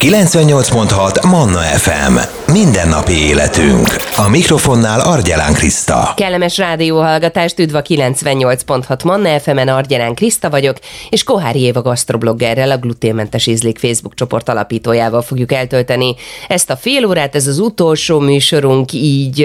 98.6 Manna FM. Mindennapi életünk. A mikrofonnál Argyelán Kriszta. Kellemes rádióhallgatást, üdv a 98.6 Manna FM-en, Argyelán Kriszta vagyok, és Kohári Éva gasztrobloggerrel, a Gluténmentes Ízlék Facebook csoport alapítójával fogjuk eltölteni ezt a fél órát. Ez az utolsó műsorunk így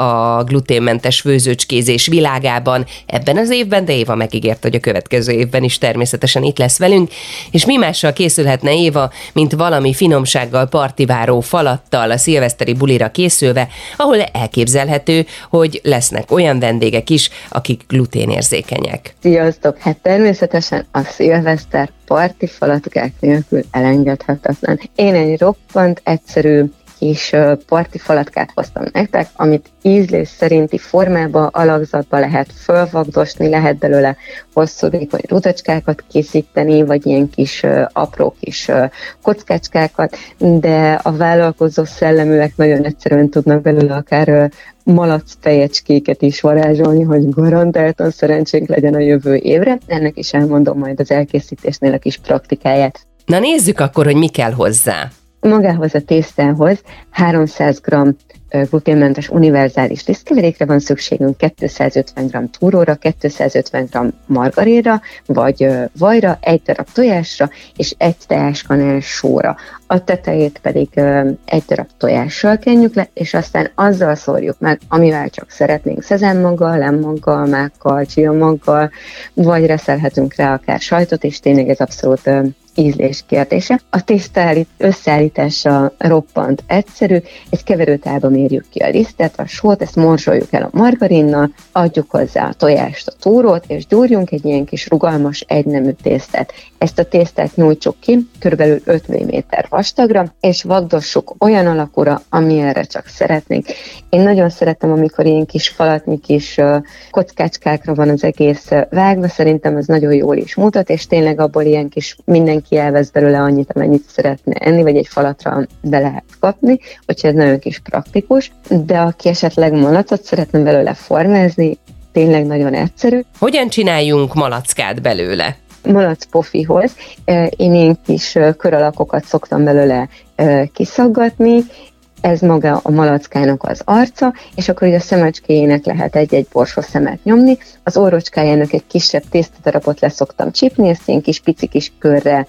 a gluténmentes főzőcskézés világában ebben az évben, de Éva megígért, hogy a következő évben is természetesen itt lesz velünk, és mi mással készülhetne Éva, mint valami finomsággal partiváró falattal a szilveszteri bulira készülve, ahol elképzelhető, hogy lesznek olyan vendégek is, akik gluténérzékenyek. Sziasztok! Hát természetesen a szilveszter partifalatkák nélkül elengedhetetlen. Én egy roppant egyszerű kis partifalatkát hoztam nektek, amit ízlés szerinti formába, alakzatba lehet fölvagdosni, lehet belőle hosszú vékony rudacskákat készíteni, vagy ilyen kis apró kis kockácskákat, de a vállalkozó szelleműek nagyon egyszerűen tudnak belőle akár malacfejecskéket is varázsolni, hogy garantáltan szerencsénk legyen a jövő évre. Ennek is elmondom majd az elkészítésnél a kis praktikáját. Na nézzük akkor, hogy mi kell hozzá. Magához a tésztához 300 g gluténmentes univerzális lisztkeverékre van szükségünk, 250 g túróra, 250 g margarinra, vagy vajra, 1 darab tojásra, és 1 teáskanál sóra. A tetejét pedig 1 darab tojással kenjük le, és aztán azzal szórjuk meg, amivel csak szeretnénk, szezánmaggal, lemmaggal, mákkal, csiamaggal, vagy reszelhetünk rá akár sajtot, és tényleg ez abszolút ízlés kérdése. A tészta összeállítása roppant egyszerű, egy keverőtálba mérjük ki a lisztet, a sót, ezt morzsoljuk el a margarinnal, adjuk hozzá a tojást, a túrót, és gyúrjunk egy ilyen kis rugalmas egynemű tésztát. Ezt a tésztát nyújtsuk ki, körülbelül 5 mm vastagra, és vagdossuk olyan alakúra, amilyenre csak szeretnénk. Én nagyon szeretem, amikor ilyen kis falatnyi kis kockácskákra van az egész vágva, szerintem ez nagyon jól is mutat, és tényleg abból ilyen kis mindenki elvesz belőle annyit, amennyit szeretne enni, vagy egy falatra be lehet kapni, úgyhogy ez nagyon kis praktikus, de aki esetleg malacot szeretne belőle formázni, tényleg nagyon egyszerű. Hogyan csináljunk malackát belőle? Malac pofihoz én ilyen kis köralakokat szoktam belőle kiszaggatni, ez maga a malackának az arca, és akkor így a szemecskéjének lehet egy-egy borsó szemet nyomni, az orrocskájának egy kisebb tésztadarabot leszoktam csípni, ezt ilyen kis pici kis körre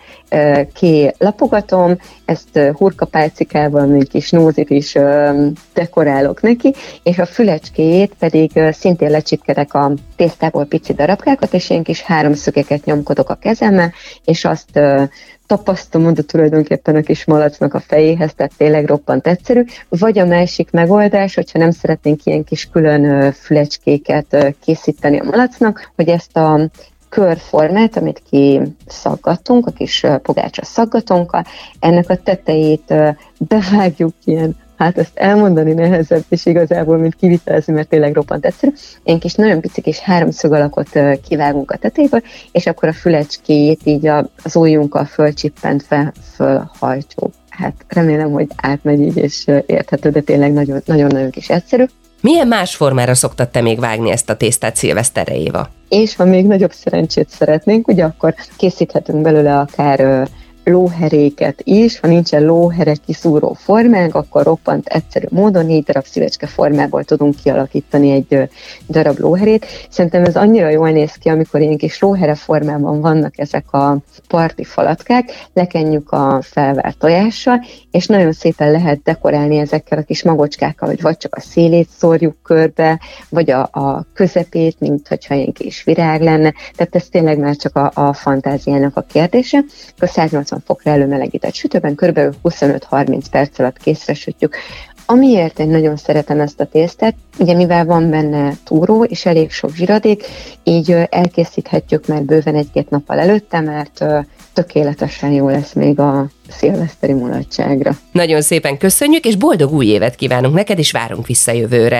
kilapogatom, ezt hurkapálcikával, még kis nózit is dekorálok neki, és a fülecskéjét pedig szintén lecsipkedek a tésztából pici darabkákat, és ilyen kis háromszögeket nyomkodok a kezemmel, és azt tapasztom oda tulajdonképpen a kis malacnak a fejéhez, tehát tényleg roppant egyszerű. Vagy a másik megoldás, hogyha nem szeretnénk ilyen kis külön fülecskéket készíteni a malacnak, hogy ezt a körformát, amit kiszaggatunk, a kis pogácsa szaggatónkkal, ennek a tetejét bevágjuk ilyen, hát ezt elmondani nehezebb, és igazából, mint kivitelezni, mert tényleg roppant egyszerű. Ilyen kis nagyon pici kis háromszög alakot kivágunk a tetejéből, és akkor a fülecskéjét így az ujjunkkal fölcsippentve fölhajtjuk. Hát remélem, hogy átmegy így, és érthető, de tényleg nagyon-nagyon kis egyszerű. Milyen más formára szoktad te még vágni ezt a tésztát szilveszterre, Éva? És ha még nagyobb szerencsét szeretnénk, ugye akkor készíthetünk belőle akár lóheréket is, ha nincsen lóhere kiszúró formánk, akkor roppant egyszerű módon 4 darab szívecske formából tudunk kialakítani egy darab lóherét. Szerintem ez annyira jól néz ki, amikor ilyen kis lóhere formában vannak ezek a parti falatkák, lekenjük a felvárt tojással, és nagyon szépen lehet dekorálni ezekkel a kis magocskákkal, vagy csak a szélét szórjuk körbe, vagy a közepét, mint hogyha ilyen kis virág lenne, tehát ez tényleg már csak a fantáziának a kérdése. A 180 fokra előmelegített sütőben kb. 25-30 perc alatt készre sütjük. Amiért én nagyon szeretem ezt a tésztát, ugye mivel van benne túró és elég sok zsiradék, így elkészíthetjük már bőven 1-2 nappal előtte, mert tökéletesen jó lesz még a szilveszteri mulatságra. Nagyon szépen köszönjük, és boldog új évet kívánunk neked, és várunk vissza jövőre.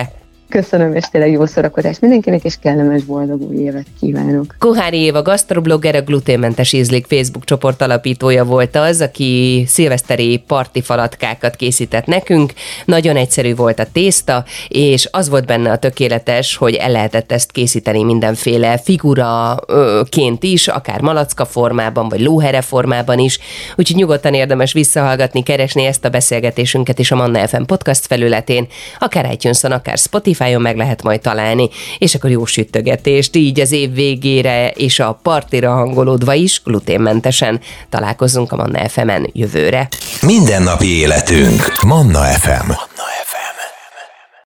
Köszönöm, és tényleg jó szórakozást mindenkinek, és kellemes, boldog új évet kívánok. Kohári Éva gasztroblogger, a Gluténmentes Ízlék Facebook csoport alapítója volt az, aki szilveszteri partifalatkákat készített nekünk. Nagyon egyszerű volt a tészta, és az volt benne a tökéletes, hogy el lehetett ezt készíteni mindenféle figuraként is, akár malacka formában, vagy lóhere formában is. Úgyhogy nyugodtan érdemes visszahallgatni, keresni ezt a beszélgetésünket is a Manna FM podcast felületén, akár iTunes-on, akár Spotify-on meg lehet majd találni, és akkor jó sütögetést, így az év végére és a partira hangolódva is gluténmentesen találkozzunk a Manna FM-en jövőre. Mindennapi életünk. Manna FM.